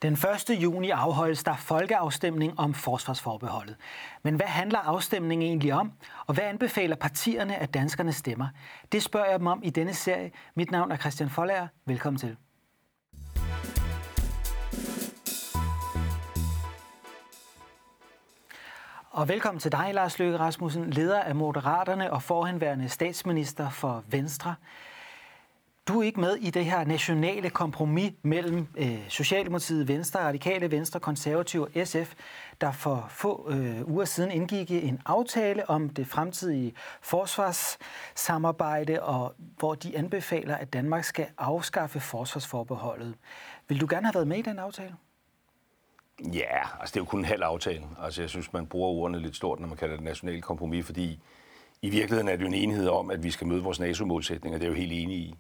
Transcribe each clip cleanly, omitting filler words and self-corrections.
Den 1. juni afholdes der folkeafstemning om forsvarsforbeholdet. Men hvad handler afstemningen egentlig om? Og hvad anbefaler partierne, at danskerne stemmer? Det spørger jeg dem om i denne serie. Mit navn er Christian Folager. Velkommen til. Og velkommen til dig, Lars Løkke Rasmussen, leder af Moderaterne og forhenværende statsminister for Venstre. Du er ikke med i det her nationale kompromis mellem Socialdemokratiet, Venstre, Radikale Venstre, Konservative og SF, der for få uger siden indgik en aftale om det fremtidige forsvarssamarbejde, og hvor de anbefaler, at Danmark skal afskaffe forsvarsforbeholdet. Vil du gerne have været med i den aftale? Ja, altså det er jo kun en halv aftale. Altså jeg synes, man bruger ordene lidt stort, når man kalder det nationale kompromis, fordi i virkeligheden er det jo en enighed om, at vi skal møde vores NATO-målsætninger. Det er jo helt enige i.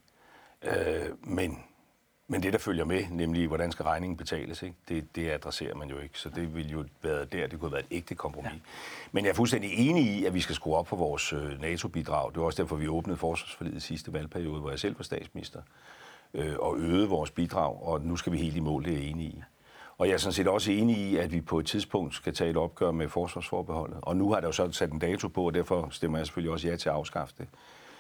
Men det, der følger med, nemlig hvordan skal regningen betales, ikke? Det adresserer man jo ikke. Så det ville jo være der, det kunne have været et ægte kompromis. Ja. Men jeg er fuldstændig enig i, at vi skal skrue op på vores NATO-bidrag. Det var også derfor, vi åbnede forsvarsforliget i sidste valgperiode, hvor jeg selv var statsminister, og øgede vores bidrag, og nu skal vi helt i mål, det er jeg enig i. Og jeg er sådan set også enig i, at vi på et tidspunkt skal tage et opgør med forsvarsforbeholdet. Og nu har der jo så sat en dato på, og derfor stemmer jeg selvfølgelig også ja til at afskaffe det.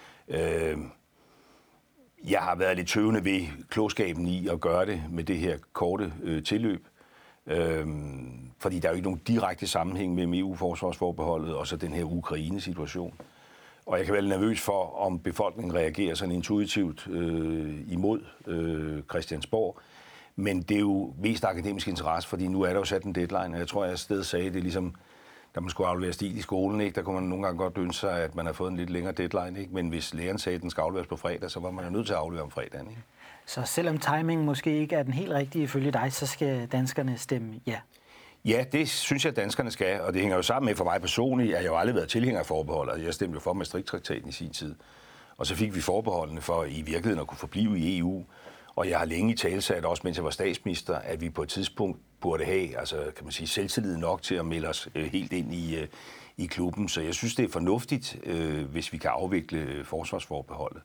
Jeg har været lidt tøvende ved klogskaben i at gøre det med det her korte tilløb. Fordi der er jo ikke nogen direkte sammenhæng mellem EU-forsvarsforbeholdet og så den her Ukraine-situation. Og jeg kan være nervøs for, om befolkningen reagerer sådan intuitivt imod Christiansborg. Men det er jo mest akademisk interesse, fordi nu er der jo sat en deadline, og jeg tror, jeg afsted sagde, det er ligesom, da man skulle aflevere stil i skolen, ikke? Der kunne man nogle gange godt ønske sig, at man har fået en lidt længere deadline, ikke? Men hvis læreren sagde, at den skal afleveres på fredag, så var man jo nødt til at aflevere om fredagen, ikke? Så selvom timingen måske ikke er den helt rigtige ifølge dig, så skal danskerne stemme ja? Ja, det synes jeg, danskerne skal, og det hænger jo sammen med, for mig personligt, at jeg jo aldrig været tilhænger af forbeholdet. Jeg stemte jo for Maastricht-traktaten i sin tid, og så fik vi forbeholdene for i virkeligheden at kunne forblive i EU. Og jeg har længe i talesat, også mens jeg var statsminister, at vi på et tidspunkt burde have, altså kan man sige, selvtillid nok til at melde os helt ind i klubben. Så jeg synes, det er fornuftigt, hvis vi kan afvikle forsvarsforbeholdet.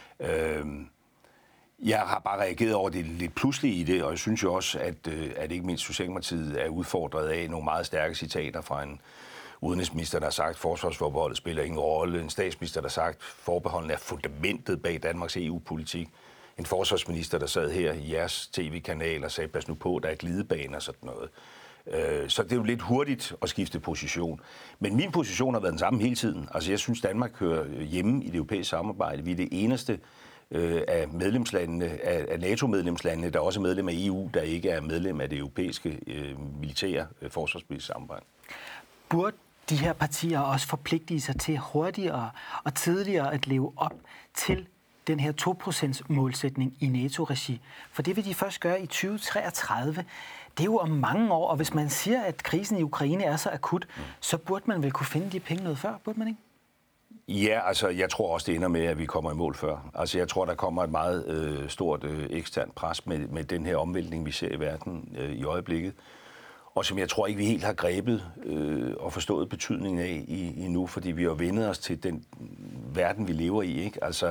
Jeg har bare reageret over det lidt pludseligt i det, og jeg synes jo også, at ikke mindst Socialdemokratiet er udfordret af nogle meget stærke citater fra en udenrigsminister, der har sagt, at forsvarsforbeholdet spiller ingen rolle. En statsminister, der har sagt, at forbeholden er fundamentet bag Danmarks EU-politik. En forsvarsminister, der sad her i jeres tv-kanal og sagde, pas nu på, der er glidebane og sådan noget. Så det er jo lidt hurtigt at skifte position. Men min position har været den samme hele tiden. Altså jeg synes, Danmark hører hjemme i det europæiske samarbejde. Vi er det eneste af medlemslandene, af NATO-medlemslandene, der også er medlem af EU, der ikke er medlem af det europæiske militære forsvarspolitiske samarbejde. Burde de her partier også forpligtige sig til hurtigere og tidligere at leve op til den her 2%-målsætning i NATO-regi? For det vil de først gøre i 2033. Det er jo om mange år, og hvis man siger, at krisen i Ukraine er så akut, så burde man vel kunne finde de penge noget før, burde man ikke? Ja, altså jeg tror også, det ender med, at vi kommer i mål før. Altså jeg tror, der kommer et meget stort eksternt pres med den her omvæltning, vi ser i verden i øjeblikket. Og som jeg tror ikke, vi helt har grebet og forstået betydningen af endnu, fordi vi har vendet os til den verden, vi lever i, ikke? Altså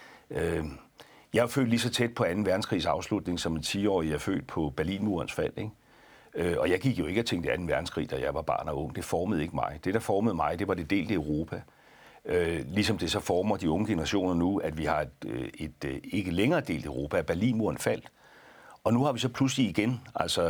jeg er født lige så tæt på 2. verdenskrigs afslutning, som en 10-årig er født på Berlinmurens fald, ikke? Og jeg gik jo ikke og tænkte 2. verdenskrig, da jeg var barn og ung. Det formede ikke mig. Det, der formede mig, det var det delte Europa. Ligesom det så former de unge generationer nu, at vi har et ikke længere delt Europa, at Berlinmuren faldt. Og nu har vi så pludselig igen altså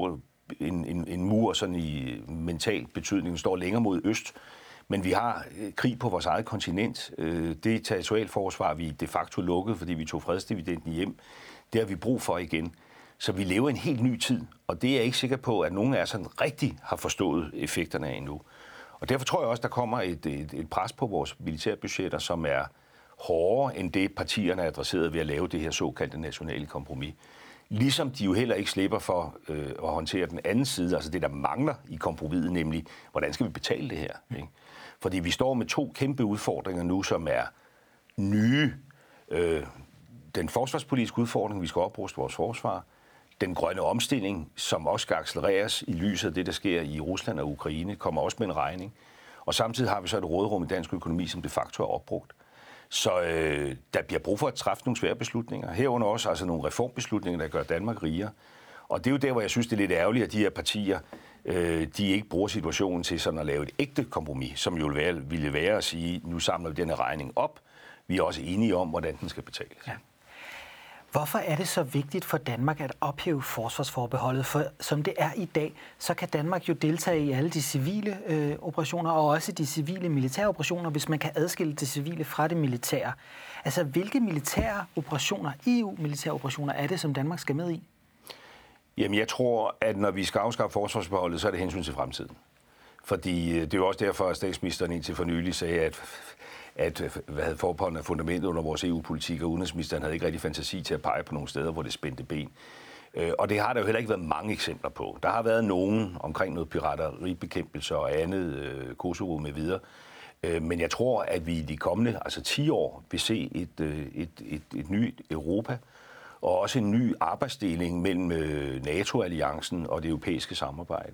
en mur sådan i mental betydning, der står længere mod øst. Men vi har krig på vores eget kontinent. Det territorialforsvar, vi de facto lukkede, fordi vi tog fredsdividenden hjem, det har vi brug for igen. Så vi lever i en helt ny tid, og det er jeg ikke sikker på, at nogen af os sådan rigtig har forstået effekterne af endnu. Og derfor tror jeg også, der kommer et pres på vores militærbudgetter, som er hårdere end det, partierne er adresseret ved at lave det her såkaldte nationale kompromis. Ligesom de jo heller ikke slipper for at håndtere den anden side, altså det, der mangler i kompromiset, nemlig, hvordan skal vi betale det her? Ikke? Fordi vi står med 2 kæmpe udfordringer nu, som er nye. Den forsvarspolitiske udfordring, vi skal opruste vores forsvar. Den grønne omstilling, som også skal accelereres i lyset af det, der sker i Rusland og Ukraine, kommer også med en regning. Og samtidig har vi så et råderum i dansk økonomi, som de facto er opbrugt. Så der bliver brug for at træffe nogle svære beslutninger. Herunder også altså nogle reformbeslutninger, der gør Danmark rigere. Og det er jo der, hvor jeg synes, det er lidt ærgerligt, at de her partier, de ikke bruger situationen til sådan at lave et ægte kompromis, som jo ville være at sige, nu samler vi den her regning op. Vi er også enige om, hvordan den skal betales. Ja. Hvorfor er det så vigtigt for Danmark at ophæve forsvarsforbeholdet? For som det er i dag, så kan Danmark jo deltage i alle de civile operationer, og også de civile militære operationer, hvis man kan adskille det civile fra det militære. Altså, hvilke militære operationer, EU-militære operationer, er det, som Danmark skal med i? Jamen, jeg tror, at når vi skal afskaffe forsvarsforbeholdet, så er det hensyn til fremtiden. Fordi det er jo også derfor, at statsministeren indtil for nylig sagde, at forbeholdet er fundamentet under vores EU-politik, og udenrigsministeren havde ikke rigtig fantasi til at pege på nogle steder, hvor det spændte ben. Og det har der jo heller ikke været mange eksempler på. Der har været nogen omkring noget pirateribekæmpelse og andet, Kosovo med videre. Men jeg tror, at vi i de kommende 10 år vil se et nyt Europa, og også en ny arbejdsdeling mellem NATO-alliancen og det europæiske samarbejde.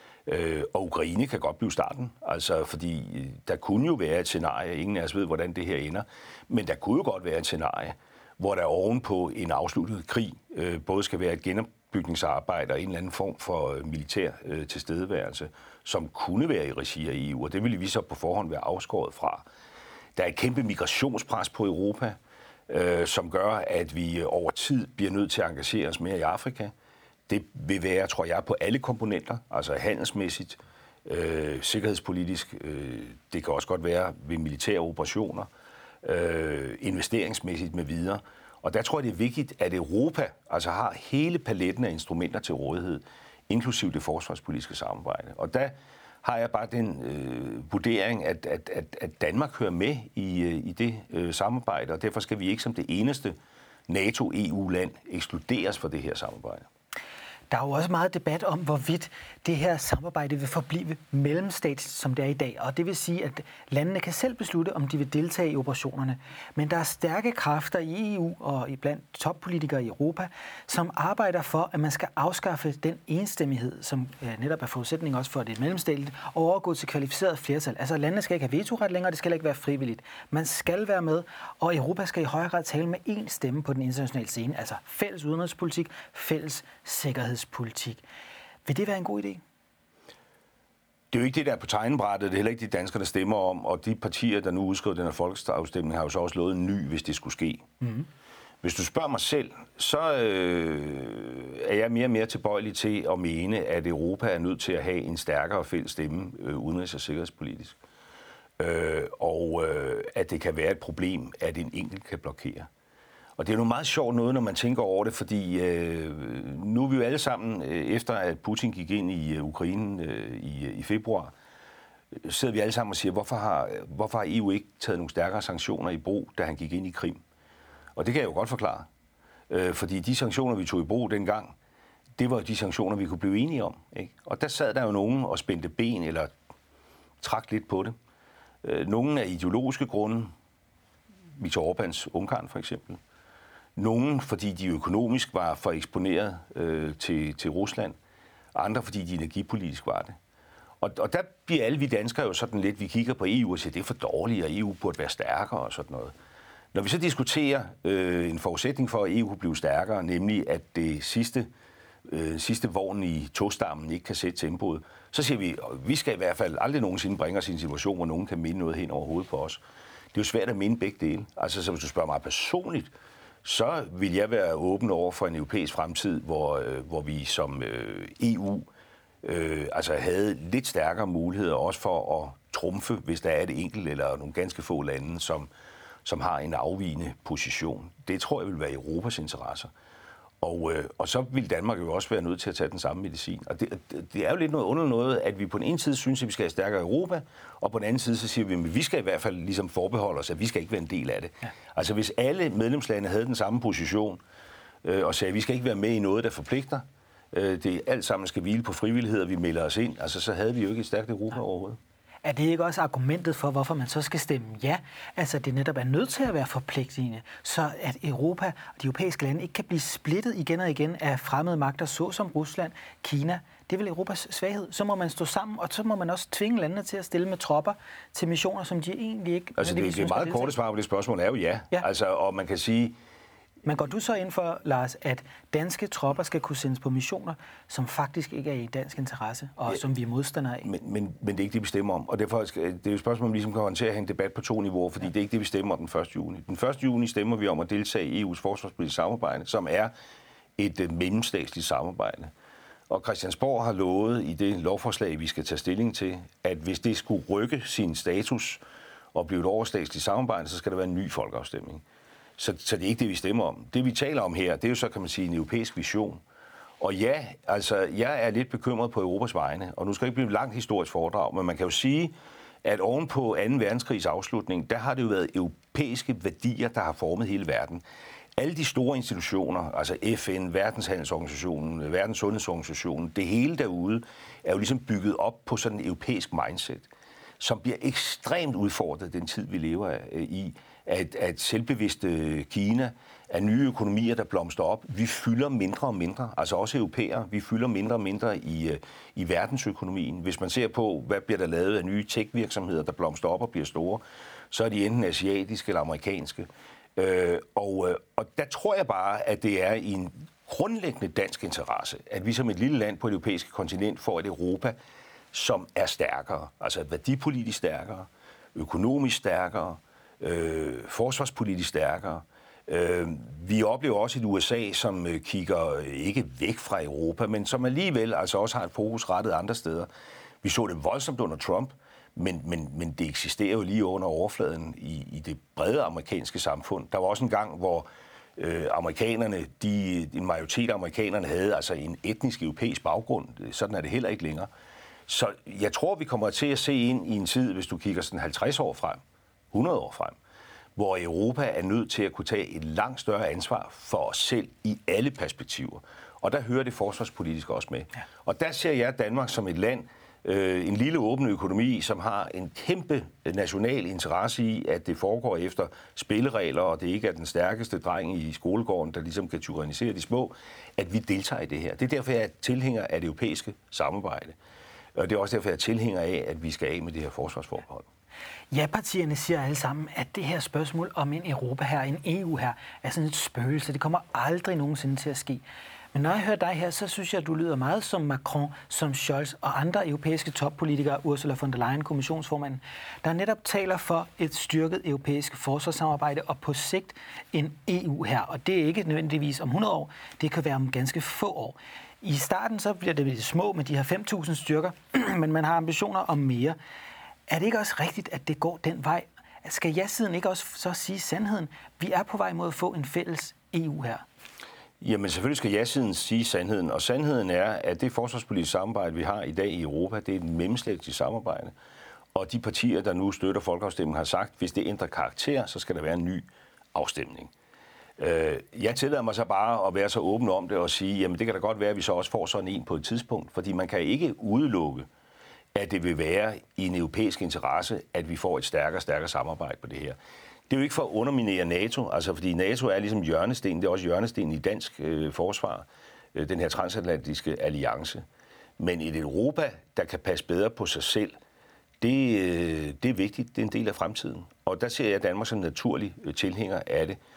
Og Ukraine kan godt blive starten, altså fordi der kunne jo være et scenarie, ingen af os ved, hvordan det her ender, men der kunne jo godt være et scenarie, hvor der ovenpå en afsluttet krig både skal være et genopbygningsarbejde og en eller anden form for militær tilstedeværelse, som kunne være i regi af EU, og det ville vi så på forhånd være afskåret fra. Der er et kæmpe migrationspres på Europa, som gør, at vi over tid bliver nødt til at engagere os mere i Afrika. Det vil være, tror jeg, på alle komponenter, altså handelsmæssigt, sikkerhedspolitisk, det kan også godt være ved militære operationer, investeringsmæssigt med videre. Og der tror jeg, det er vigtigt, at Europa altså har hele paletten af instrumenter til rådighed, inklusiv det forsvarspolitiske samarbejde. Og der har jeg bare den vurdering, at Danmark hører med i det samarbejde, og derfor skal vi ikke som det eneste NATO-EU-land ekskluderes fra det her samarbejde. Der er jo også meget debat om, hvorvidt det her samarbejde vil forblive mellemstatsligt, som det er i dag. Og det vil sige, at landene kan selv beslutte, om de vil deltage i operationerne. Men der er stærke kræfter i EU og blandt toppolitikere i Europa, som arbejder for, at man skal afskaffe den enstemmighed, som netop er forudsætning også for, at det er mellemstatsligt, og overgå til kvalificeret flertal. Altså landene skal ikke have vetoret længere, det skal ikke være frivilligt. Man skal være med, og Europa skal i højere grad tale med én stemme på den internationale scene. Altså fælles udenrigspolitik, fælles sikkerhedspolitik. Vil det være en god idé? Det er jo ikke det, der er på tegnebrættet. Det er heller ikke de danskere, der stemmer om. Og de partier, der nu udskriver den her folkeafstemning, har jo så også lovet en ny, hvis det skulle ske. Mm-hmm. Hvis du spørger mig selv, så er jeg mere og mere tilbøjelig til at mene, at Europa er nødt til at have en stærkere fælles stemme udenrigs- og sikkerhedspolitisk. Og at det kan være et problem, at en enkelt kan blokere. Og det er jo meget sjovt noget, når man tænker over det, fordi nu er vi jo alle sammen, efter at Putin gik ind i Ukraine i februar, sidder vi alle sammen og siger, hvorfor har EU ikke taget nogle stærkere sanktioner i brug, da han gik ind i Krim? Og det kan jeg jo godt forklare. Fordi de sanktioner, vi tog i brug dengang, det var jo de sanktioner, vi kunne blive enige om. Ikke? Og der sad der jo nogen og spændte ben eller trak lidt på det. Nogle af ideologiske grunde, Viktor Orbáns Ungarn for eksempel. Nogle, fordi de økonomisk var for eksponeret til Rusland. Andre, fordi de energipolitisk var det. Og der bliver alle vi danskere jo sådan lidt, vi kigger på EU og siger, det er for dårligt, og EU burde være stærkere og sådan noget. Når vi så diskuterer en forudsætning for, at EU kunne blive stærkere, nemlig at det sidste vogn i togstammen ikke kan sætte tempoet, så siger vi, at vi skal i hvert fald aldrig nogensinde bringe os i en situation, hvor nogen kan minde noget hen over hovedet på os. Det er jo svært at minde begge dele. Altså, så hvis du spørger mig personligt, så vil jeg være åben over for en europæisk fremtid, hvor vi som EU altså havde lidt stærkere muligheder også for at trumfe, hvis der er et enkelt eller nogle ganske få lande, som har en afvigende position. Det tror jeg vil være Europas interesser. Og så vil Danmark jo også være nødt til at tage den samme medicin. Og det er jo lidt noget under noget, at vi på den ene side synes, at vi skal have stærkere Europa, og på den anden side så siger vi, at vi skal i hvert fald ligesom forbeholde os, at vi skal ikke være en del af det. Ja. Altså hvis alle medlemslande havde den samme position, og sagde, at vi skal ikke være med i noget, der forpligter, det alt sammen skal hvile på frivillighed, og vi melder os ind, altså så havde vi jo ikke et stærkt Europa overhovedet. Er det ikke også argumentet for, hvorfor man så skal stemme ja? Altså, det netop er nødt til at være forpligtende, så at Europa og de europæiske lande ikke kan blive splittet igen og igen af fremmede magter, såsom Rusland, Kina. Det er vel Europas svaghed. Så må man stå sammen, og så må man også tvinge landene til at stille med tropper til missioner, som de egentlig ikke... Altså, det meget korte svar på det spørgsmål er jo ja. Altså, og man kan sige, Men går du så ind for, Lars, at danske tropper skal kunne sendes på missioner, som faktisk ikke er i dansk interesse, og som vi er modstandere af? Men det er ikke det, vi stemmer om. Og derfor det er jo et spørgsmål, om vi ligesom kan håndtere at have en debat på 2 niveauer, fordi det er ikke det, vi stemmer om den 1. juni. Den 1. juni stemmer vi om at deltage i EU's forsvarspolitiske samarbejde, som er et mellemstatsligt samarbejde. Og Christiansborg har lovet i det lovforslag, vi skal tage stilling til, at hvis det skulle rykke sin status og blive et overstatsligt samarbejde, så skal der være en ny folkeafstemning. Så det er ikke det, vi stemmer om. Det, vi taler om her, det er jo så, kan man sige, en europæisk vision. Og ja, altså, jeg er lidt bekymret på Europas vegne, og nu skal det ikke blive et langt historisk foredrag, men man kan jo sige, at oven på 2. verdenskrigs afslutning, der har det jo været europæiske værdier, der har formet hele verden. Alle de store institutioner, altså FN, Verdenshandelsorganisationen, Verdenssundhedsorganisationen, det hele derude er jo ligesom bygget op på sådan en europæisk mindset, som bliver ekstremt udfordret den tid, vi lever i, at selvbevidste Kina, af nye økonomier, der blomster op. Vi fylder mindre og mindre, altså også europæere, vi fylder mindre og mindre i verdensøkonomien. Hvis man ser på, hvad bliver der lavet af nye tech-virksomheder, der blomster op og bliver store, så er de enten asiatiske eller amerikanske. Og der tror jeg bare, at det er i en grundlæggende dansk interesse, at vi som et lille land på det europæiske kontinent får et Europa, som er stærkere, altså værdipolitisk stærkere, økonomisk stærkere, forsvarspolitisk stærkere. Vi oplever også et USA, som kigger ikke væk fra Europa, men som alligevel altså også har et fokus rettet andre steder. Vi så det voldsomt under Trump, men det eksisterer jo lige under overfladen i det brede amerikanske samfund. Der var også en gang, hvor amerikanerne, en majoritet af amerikanerne havde altså en etnisk europæisk baggrund. Sådan er det heller ikke længere. Så jeg tror, vi kommer til at se ind i en tid, hvis du kigger sådan 50 år frem, 100 år frem, hvor Europa er nødt til at kunne tage et langt større ansvar for os selv i alle perspektiver. Og der hører det forsvarspolitisk også med. Ja. Og der ser jeg Danmark som et land, en lille åben økonomi, som har en kæmpe national interesse i, at det foregår efter spilleregler, og det ikke er den stærkeste dreng i skolegården, der ligesom kan tyrannisere de små, at vi deltager i det her. Det er derfor, jeg er tilhænger af det europæiske samarbejde. Og det er også derfor, jeg er tilhænger af, at vi skal af med det her forsvarsforbehold. Ja-partierne siger alle sammen, at det her spørgsmål om en Europa her, en EU her, er sådan et spøgelse. Det kommer aldrig nogensinde til at ske. Men når jeg hører dig her, så synes jeg, at du lyder meget som Macron, som Scholz og andre europæiske toppolitikere, Ursula von der Leyen, kommissionsformanden, der netop taler for et styrket europæisk forsvarssamarbejde og på sigt en EU her. Og det er ikke nødvendigvis om 100 år, det kan være om ganske få år. I starten så bliver det lidt små med de her 5.000 styrker, men man har ambitioner om mere. Er det ikke også rigtigt, at det går den vej? Skal ja-siden ikke også så sige sandheden? Vi er på vej mod at få en fælles EU her. Jamen selvfølgelig skal ja-siden sige sandheden, og sandheden er, at det forsvarspolitiske samarbejde, vi har i dag i Europa, det er et mellemstatsligt samarbejde. Og de partier, der nu støtter folkeafstemningen, har sagt, at hvis det ændrer karakter, så skal der være en ny afstemning. Jeg tillader mig så bare at være så åben om det og sige, jamen det kan da godt være, at vi så også får sådan en på et tidspunkt, fordi man kan ikke udelukke, at det vil være i en europæisk interesse, at vi får et stærkere samarbejde på det her. Det er jo ikke for at underminere NATO, altså fordi NATO er ligesom hjørnesten, det er også hjørnesten i dansk forsvar, den her transatlantiske alliance. Men et Europa, der kan passe bedre på sig selv, det er vigtigt, det er en del af fremtiden. Og der ser jeg Danmark som naturlig tilhænger af det.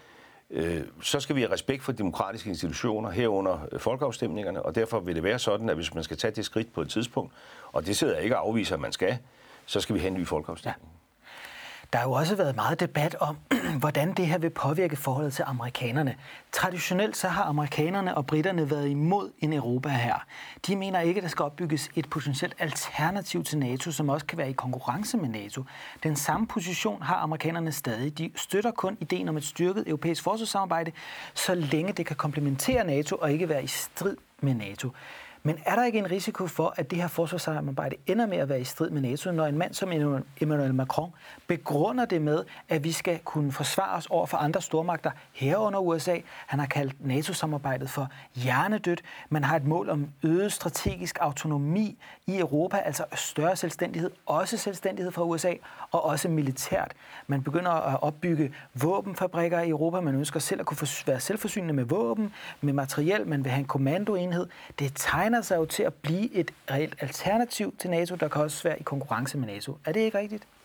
Så skal vi have respekt for demokratiske institutioner herunder folkeafstemningerne, og derfor vil det være sådan, at hvis man skal tage det skridt på et tidspunkt, og det sidder jeg ikke og afviser, at man skal, så skal vi have en ny folkeafstemning. Ja. Der har jo også været meget debat om, hvordan det her vil påvirke forholdet til amerikanerne. Traditionelt så har amerikanerne og britterne været imod en Europa her. De mener ikke, at der skal opbygges et potentielt alternativ til NATO, som også kan være i konkurrence med NATO. Den samme position har amerikanerne stadig. De støtter kun ideen om et styrket europæisk forsvarssamarbejde, så længe det kan komplementere NATO og ikke være i strid med NATO. Men er der ikke en risiko for, at det her forsvarssamarbejde ender med at være i strid med NATO, når en mand som Emmanuel Macron begrunder det med, at vi skal kunne forsvare os over for andre stormagter herunder USA? Han har kaldt NATO-samarbejdet for hjernedødt. Man har et mål om øget strategisk autonomi i Europa, altså større selvstændighed, også selvstændighed fra USA og også militært. Man begynder at opbygge våbenfabrikker i Europa. Man ønsker selv at kunne være selvforsynende med våben, med materiel. Man vil have en kommandoenhed. Det tegner sig jo til at blive et reelt alternativ til NATO, der kan også være i konkurrence med NATO. Er det ikke rigtigt?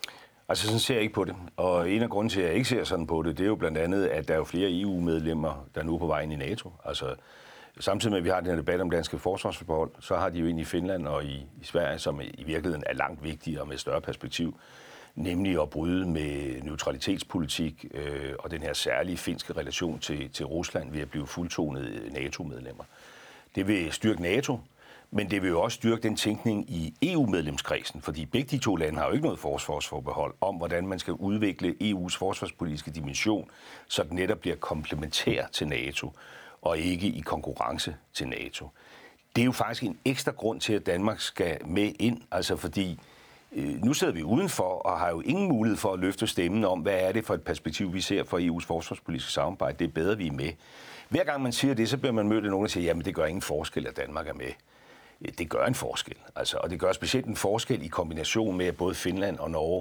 Altså, sådan ser jeg ikke på det. Og en af grunden til, at jeg ikke ser sådan på det, det er jo blandt andet, at der er jo flere EU-medlemmer, der er nu på vej ind i NATO. Altså, samtidig med, at vi har den her debat om danske forsvarsforbehold, så har de jo ind i Finland og i Sverige, som i virkeligheden er langt vigtigere med større perspektiv, nemlig at bryde med neutralitetspolitik og den her særlige finske relation til Rusland ved at blive fuldtonede NATO-medlemmer. Det vil styrke NATO, men det vil jo også styrke den tænkning i EU-medlemskredsen, fordi begge de to lande har jo ikke noget forsvarsforbehold om, hvordan man skal udvikle EU's forsvarspolitiske dimension, så den netop bliver komplementær til NATO og ikke i konkurrence til NATO. Det er jo faktisk en ekstra grund til, at Danmark skal med ind, altså fordi nu sidder vi udenfor og har jo ingen mulighed for at løfte stemmen om, hvad er det for et perspektiv, vi ser for EU's forsvarspolitiske samarbejde. Det er bedre, vi er med. Hver gang man siger det, så bliver man mødt af nogen, der siger, jamen det gør ingen forskel, at Danmark er med. Det gør en forskel, altså, og det gør specielt en forskel i kombination med, at både Finland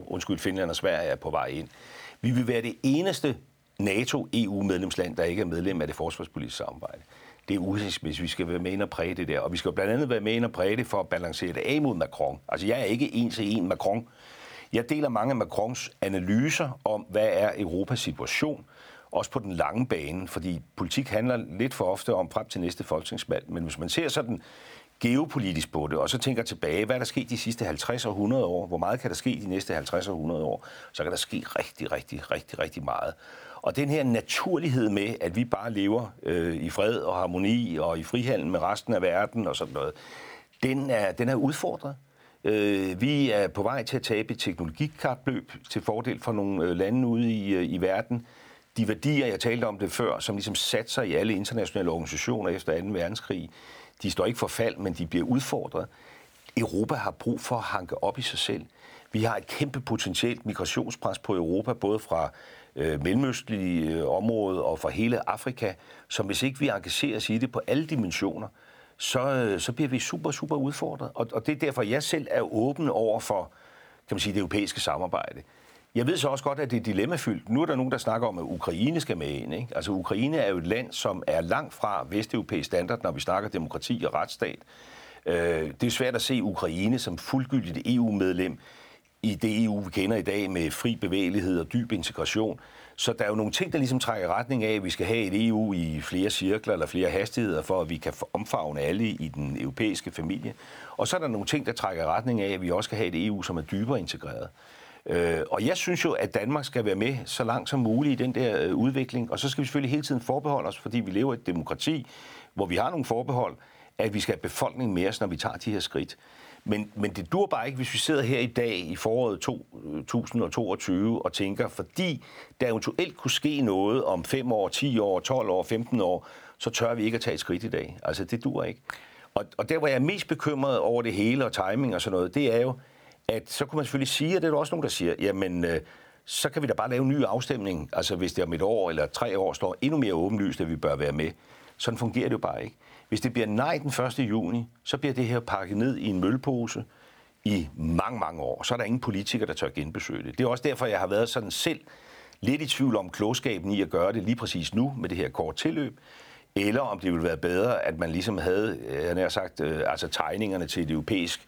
og Sverige er på vej ind. Vi vil være det eneste NATO-EU-medlemsland, der ikke er medlem af det forsvarspolitiske samarbejde. Det er uhensigtsmæssigt, vi skal være med ind og præge det der. Og vi skal blandt andet være med ind og præge det for at balancere det af mod Macron. Altså, jeg er ikke en til en Macron. Jeg deler mange af Macrons analyser om, hvad er Europas situation, også på den lange bane, fordi politik handler lidt for ofte om frem til næste folketingsvalg. Men hvis man ser sådan geopolitisk på det, og så tænker tilbage, hvad er der sket de sidste 50 og 100 år? Hvor meget kan der ske de næste 50 og 100 år? Så kan der ske rigtig meget. Og den her naturlighed med, at vi bare lever i fred og harmoni og i frihandel med resten af verden og sådan noget, den er udfordret. Vi er på vej til at tabe et teknologikapløb til fordel for nogle lande ude i verden. De værdier, jeg talte om det før, som ligesom satte sig i alle internationale organisationer efter 2. verdenskrig, de står ikke for fald, men de bliver udfordret. Europa har brug for at hanke op i sig selv. Vi har et kæmpe potentielt migrationspres på Europa, både fra mellemøstlige områder og fra hele Afrika, som hvis ikke vi engagerer os i det på alle dimensioner, så bliver vi super udfordret. Og det er derfor, jeg selv er åben over for, kan man sige, det europæiske samarbejde. Jeg ved så også godt, at det er dilemmafyldt. Nu er der nogen, der snakker om, at Ukraine skal med ind, ikke? Altså, Ukraine er jo et land, som er langt fra vesteuropæisk standard, når vi snakker demokrati og retsstat. Det er svært at se Ukraine som fuldgyldigt EU-medlem i det EU, vi kender i dag, med fri bevægelighed og dyb integration. Så der er jo nogle ting, der ligesom trækker retning af, at vi skal have et EU i flere cirkler eller flere hastigheder, for at vi kan omfavne alle i den europæiske familie. Og så er der nogle ting, der trækker retning af, at vi også skal have et EU, som er dybere integreret. Og jeg synes jo, at Danmark skal være med så langt som muligt i den der udvikling, og så skal vi selvfølgelig hele tiden forbeholde os, fordi vi lever i et demokrati, hvor vi har nogle forbehold, at vi skal have befolkningen med os, når vi tager de her skridt. Men det dur bare ikke, hvis vi sidder her i dag i foråret 2022 og tænker, fordi der eventuelt kunne ske noget om 5 år, 10 år, 12 år, 15 år, så tør vi ikke at tage et skridt i dag. Altså, det dur ikke. Og der, hvor jeg er mest bekymret over det hele og timing og sådan noget, det er jo, at så kunne man selvfølgelig sige, og det er der også nogen, der siger, jamen, så kan vi da bare lave en ny afstemning, altså hvis det om 1 år eller 3 år står endnu mere åbenlyst, at vi bør være med. Sådan fungerer det jo bare ikke. Hvis det bliver nej den 1. juni, så bliver det her pakket ned i en mølpose i mange år. Så er der ingen politikere, der tør genbesøge det. Det er også derfor, jeg har været sådan selv lidt i tvivl om klogskaben i at gøre det lige præcis nu med det her kort tilløb, eller om det ville være bedre, at man ligesom havde, jeg nær sagt, altså tegningerne til et europæisk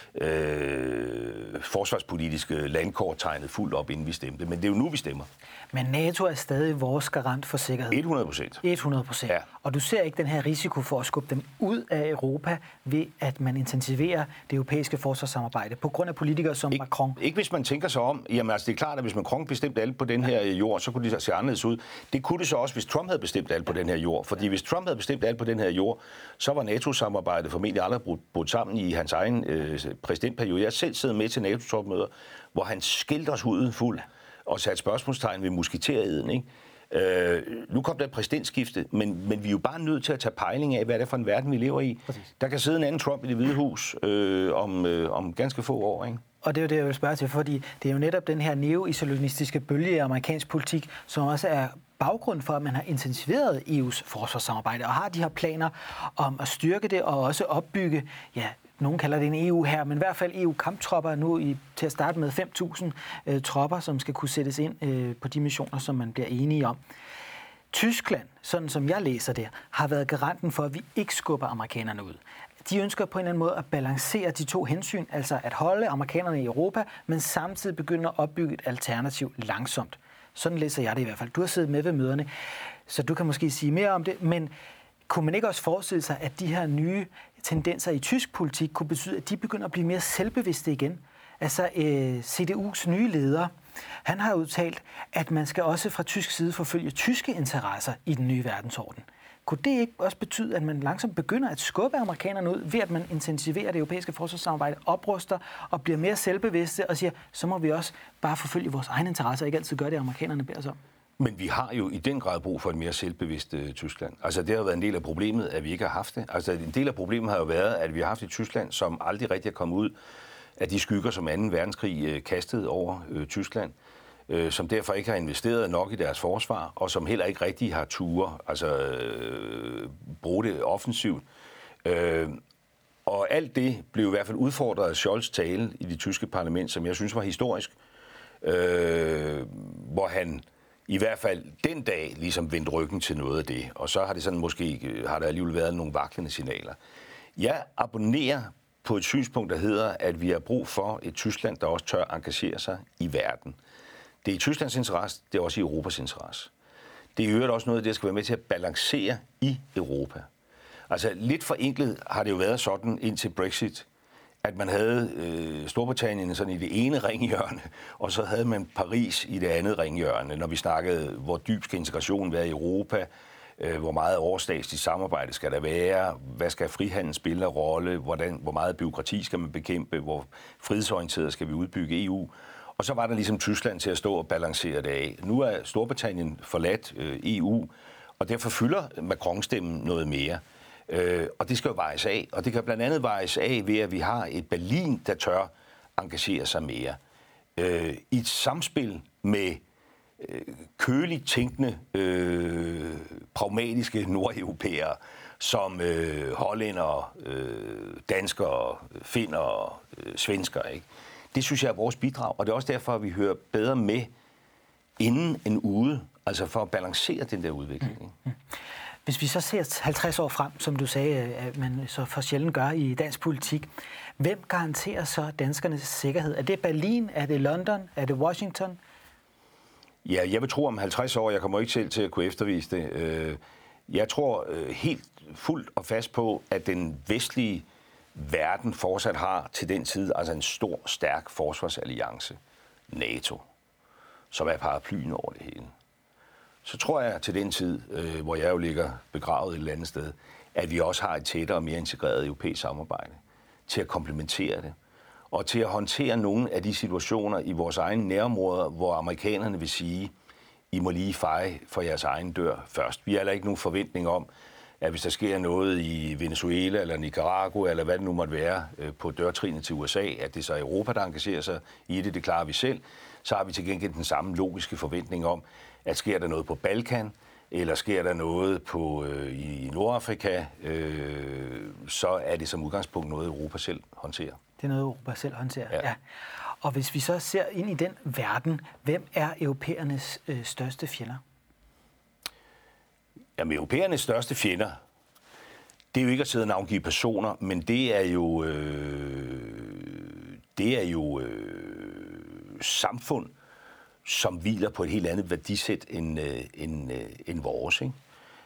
forsvarspolitiske landkort tegnet fuldt op, inden vi stemte. Men det er jo nu, vi stemmer. Men NATO er stadig vores garant for sikkerhed. 100%. Ja. Og du ser ikke den her risiko for at skubbe dem ud af Europa ved, at man intensiverer det europæiske forsvarssamarbejde på grund af politikere som Macron? Ikke hvis man tænker sig om. Jamen altså, det er klart, at hvis Macron bestemte alt på den her jord, så kunne det se anderledes ud. Det kunne det så også, hvis Trump havde bestemt alt på den her jord. Fordi hvis Trump havde bestemt alt på den her jord, så var NATO-samarbejdet formentlig aldrig brudt sammen i hans egen præsidentperiode. Jeg har selv siddet med til NATO-topmøder, hvor han skældte os huden fuld og satte spørgsmålstegn ved musketereden, ikke? Nu kom der et præsidentskifte, men vi er jo bare nødt til at tage pejling af, hvad det er for en verden, vi lever i. Præcis. Der kan sidde en anden Trump i Det Hvide Hus om ganske få år, ikke? Og det er jo det, jeg vil spørge til, fordi det er jo netop den her neo-isolationistiske bølge i amerikansk politik, som også er baggrund for, at man har intensiveret EU's forsvarssamarbejde og har de her planer om at styrke det og også opbygge, ja, nogen kalder det en EU her, men i hvert fald EU-kamptropper nu til at starte med 5.000 tropper, som skal kunne sættes ind på de missioner, som man bliver enige om. Tyskland, sådan som jeg læser det, har været garanten for, at vi ikke skubber amerikanerne ud. de ønsker på en eller anden måde at balancere de to hensyn, altså at holde amerikanerne i Europa, men samtidig begynde at opbygge et alternativ langsomt. Sådan læser jeg det i hvert fald. Du har siddet med ved møderne, så du kan måske sige mere om det, men kunne man ikke også forestille sig, at de her nye tendenser i tysk politik kunne betyde, at de begynder at blive mere selvbevidste igen? Altså CDU's nye leder, han har udtalt, at man skal også fra tysk side forfølge tyske interesser i den nye verdensorden. Kunne det ikke også betyde, at man langsomt begynder at skubbe amerikanerne ud, ved at man intensiverer det europæiske forsvarssamarbejde, opruster og bliver mere selvbevidste og siger, så må vi også bare forfølge vores egne interesser, ikke altid gøre det, amerikanerne beder os om? Men vi har jo i den grad brug for et mere selvbevidst Tyskland. Altså det har jo været en del af problemet, at vi ikke har haft det. Altså en del af problemet har jo været, at vi har haft et Tyskland, som aldrig rigtig er kommet ud af de skygger, som 2. verdenskrig kastede over Tyskland, som derfor ikke har investeret nok i deres forsvar, og som heller ikke rigtig har bruge det offensivt. Og alt det blev i hvert fald udfordret af Scholz' tale i det tyske parlament, som jeg synes var historisk, hvor han i hvert fald den dag ligesom vendte ryggen til noget af det, og så har det sådan har der alligevel været nogle vaklende signaler. Jeg abonnerer på et synspunkt, der hedder, at vi har brug for et Tyskland, der også tør engagere sig i verden. Det er i Tysklands interesse, det er også i Europas interesse. Det er i øvrigt også noget, der skal være med til at balancere i Europa. Altså lidt forenklet har det jo været sådan indtil Brexit, at man havde Storbritannien sådan i det ene ringhjørne, og så havde man Paris i det andet ringhjørne, når vi snakkede, hvor dyb skal integrationen være i Europa, hvor meget overstatsligt samarbejde skal der være, hvad skal frihandel spille en rolle, hvor meget bureaukrati skal man bekæmpe, hvor frihedsorienteret skal vi udbygge EU. Og så var der ligesom Tyskland til at stå og balancere det af. Nu er Storbritannien forladt EU, og derfor fylder Macron-stemmen noget mere. Og det skal jo vejes af, og det kan blandt andet vejes af ved, at vi har et Berlin, der tør engagere sig mere. I et samspil med køligt tænkende, pragmatiske nordeuropæere, som hollændere, danskere, finner og svensker, ikke? Det synes jeg er vores bidrag, og det er også derfor, at vi hører bedre med inden end ude, altså for at balancere den der udvikling. Hvis vi så ser 50 år frem, som du sagde, at man så for sjældent gør i dansk politik, hvem garanterer så danskernes sikkerhed? Er det Berlin? Er det London? Er det Washington? Ja, jeg vil tro om 50 år, jeg kommer ikke selv til at kunne eftervise det. Jeg tror helt fuldt og fast på, at den vestlige verden fortsat har til den tid altså en stor, stærk forsvarsalliance, NATO, som er paraplyen over det hele. Så tror jeg til den tid, hvor jeg jo ligger begravet et eller andet sted, at vi også har et tættere og mere integreret europæisk samarbejde til at komplementere det, og til at håndtere nogle af de situationer i vores egne nærområder, hvor amerikanerne vil sige, I må lige feje for jeres egen dør først. Vi har heller ikke nogen forventning om, at hvis der sker noget i Venezuela eller Nicaragua, eller hvad det nu måtte være på dørtrinet til USA, at det så er Europa, der engagerer sig i det, det klarer vi selv, så har vi til gengæld den samme logiske forventning om, at sker der noget på Balkan, eller sker der noget i Nordafrika, så er det som udgangspunkt noget, Europa selv håndterer. Det er noget, Europa selv håndterer, ja. Og hvis vi så ser ind i den verden, hvem er europæernes største fjender? Jamen, europæernes største fjender, det er jo ikke at sidde og navngive personer, men det er jo samfund, som hviler på et helt andet værdisæt end vores. Ikke?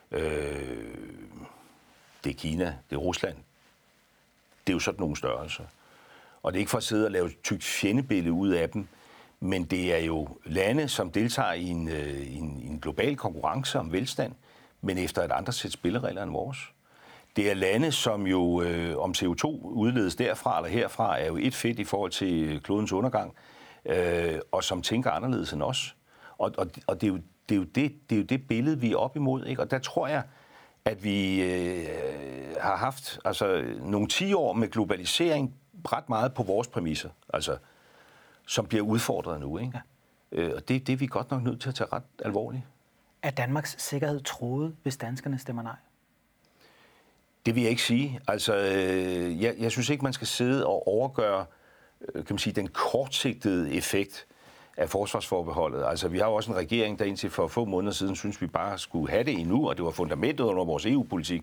Det er Kina, det er Rusland. Det er jo sådan nogle størrelser. Og det er ikke for at sidde og lave et tykt fjendebillede ud af dem, men det er jo lande, som deltager i en global konkurrence om velstand, men efter et andet sæt spilleregler end vores. Det er lande, som jo, om CO2 udledes derfra eller herfra, er jo et fedt i forhold til klodens undergang, og som tænker anderledes end os. Og det er jo det billede, vi er op imod. Ikke? Og der tror jeg, at vi har haft nogle 10 år med globalisering ret meget på vores præmisser, altså, som bliver udfordret nu. Ikke? Ja. Og det er vi godt nok nødt til at tage ret alvorligt. Er Danmarks sikkerhed truet, hvis danskerne stemmer nej? Det vil jeg ikke sige. Altså, jeg synes ikke, man skal sidde og overgøre kan man sige, den kortsigtede effekt af forsvarsforbeholdet. Altså, vi har jo også en regering, der indtil for få måneder siden synes vi bare skulle have det endnu, og det var fundamentet under vores EU-politik.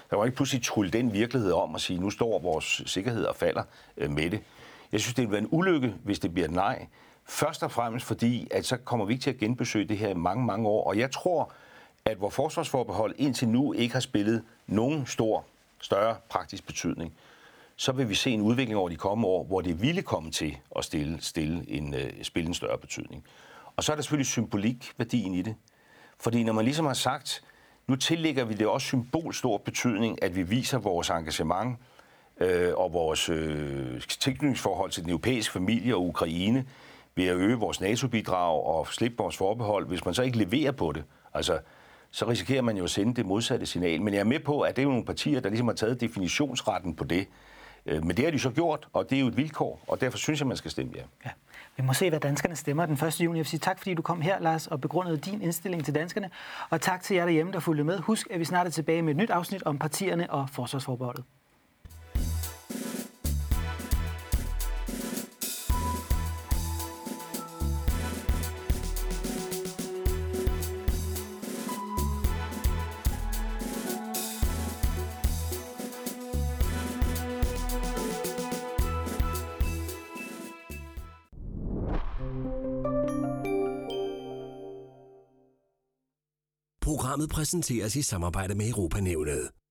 Der var ikke pludselig trylle den virkelighed om at sige, nu står vores sikkerhed og falder med det. Jeg synes, det vil være en ulykke, hvis det bliver et nej. Først og fremmest fordi, at så kommer vi ikke til at genbesøge det her i mange, mange år. Og jeg tror, at vores forsvarsforbehold indtil nu ikke har spillet nogen større praktisk betydning. Så vil vi se en udvikling over de kommende år, hvor det ville komme til at spille en større betydning. Og så er der selvfølgelig symbolikværdien i det. Fordi når man ligesom har sagt, nu tillægger vi det også symbolstor betydning, at vi viser vores engagement og vores tilknytningsforhold til den europæiske familie og Ukraine ved at øge vores NATO-bidrag og slippe vores forbehold. Hvis man så ikke leverer på det, altså, så risikerer man jo at sende det modsatte signal. Men jeg er med på, at det er jo nogle partier, der ligesom har taget definitionsretten på det. Men det har de så gjort, og det er jo et vilkår, og derfor synes jeg, man skal stemme ja. Ja. Vi må se, hvad danskerne stemmer den 1. juni. Jeg vil sige tak, fordi du kom her, Lars, og begrundede din indstilling til danskerne. Og tak til jer derhjemme, der fulgte med. Husk, at vi snart er tilbage med et nyt afsnit om partierne og forsvarsforbeholdet. Programmet præsenteres i samarbejde med Europanævnet.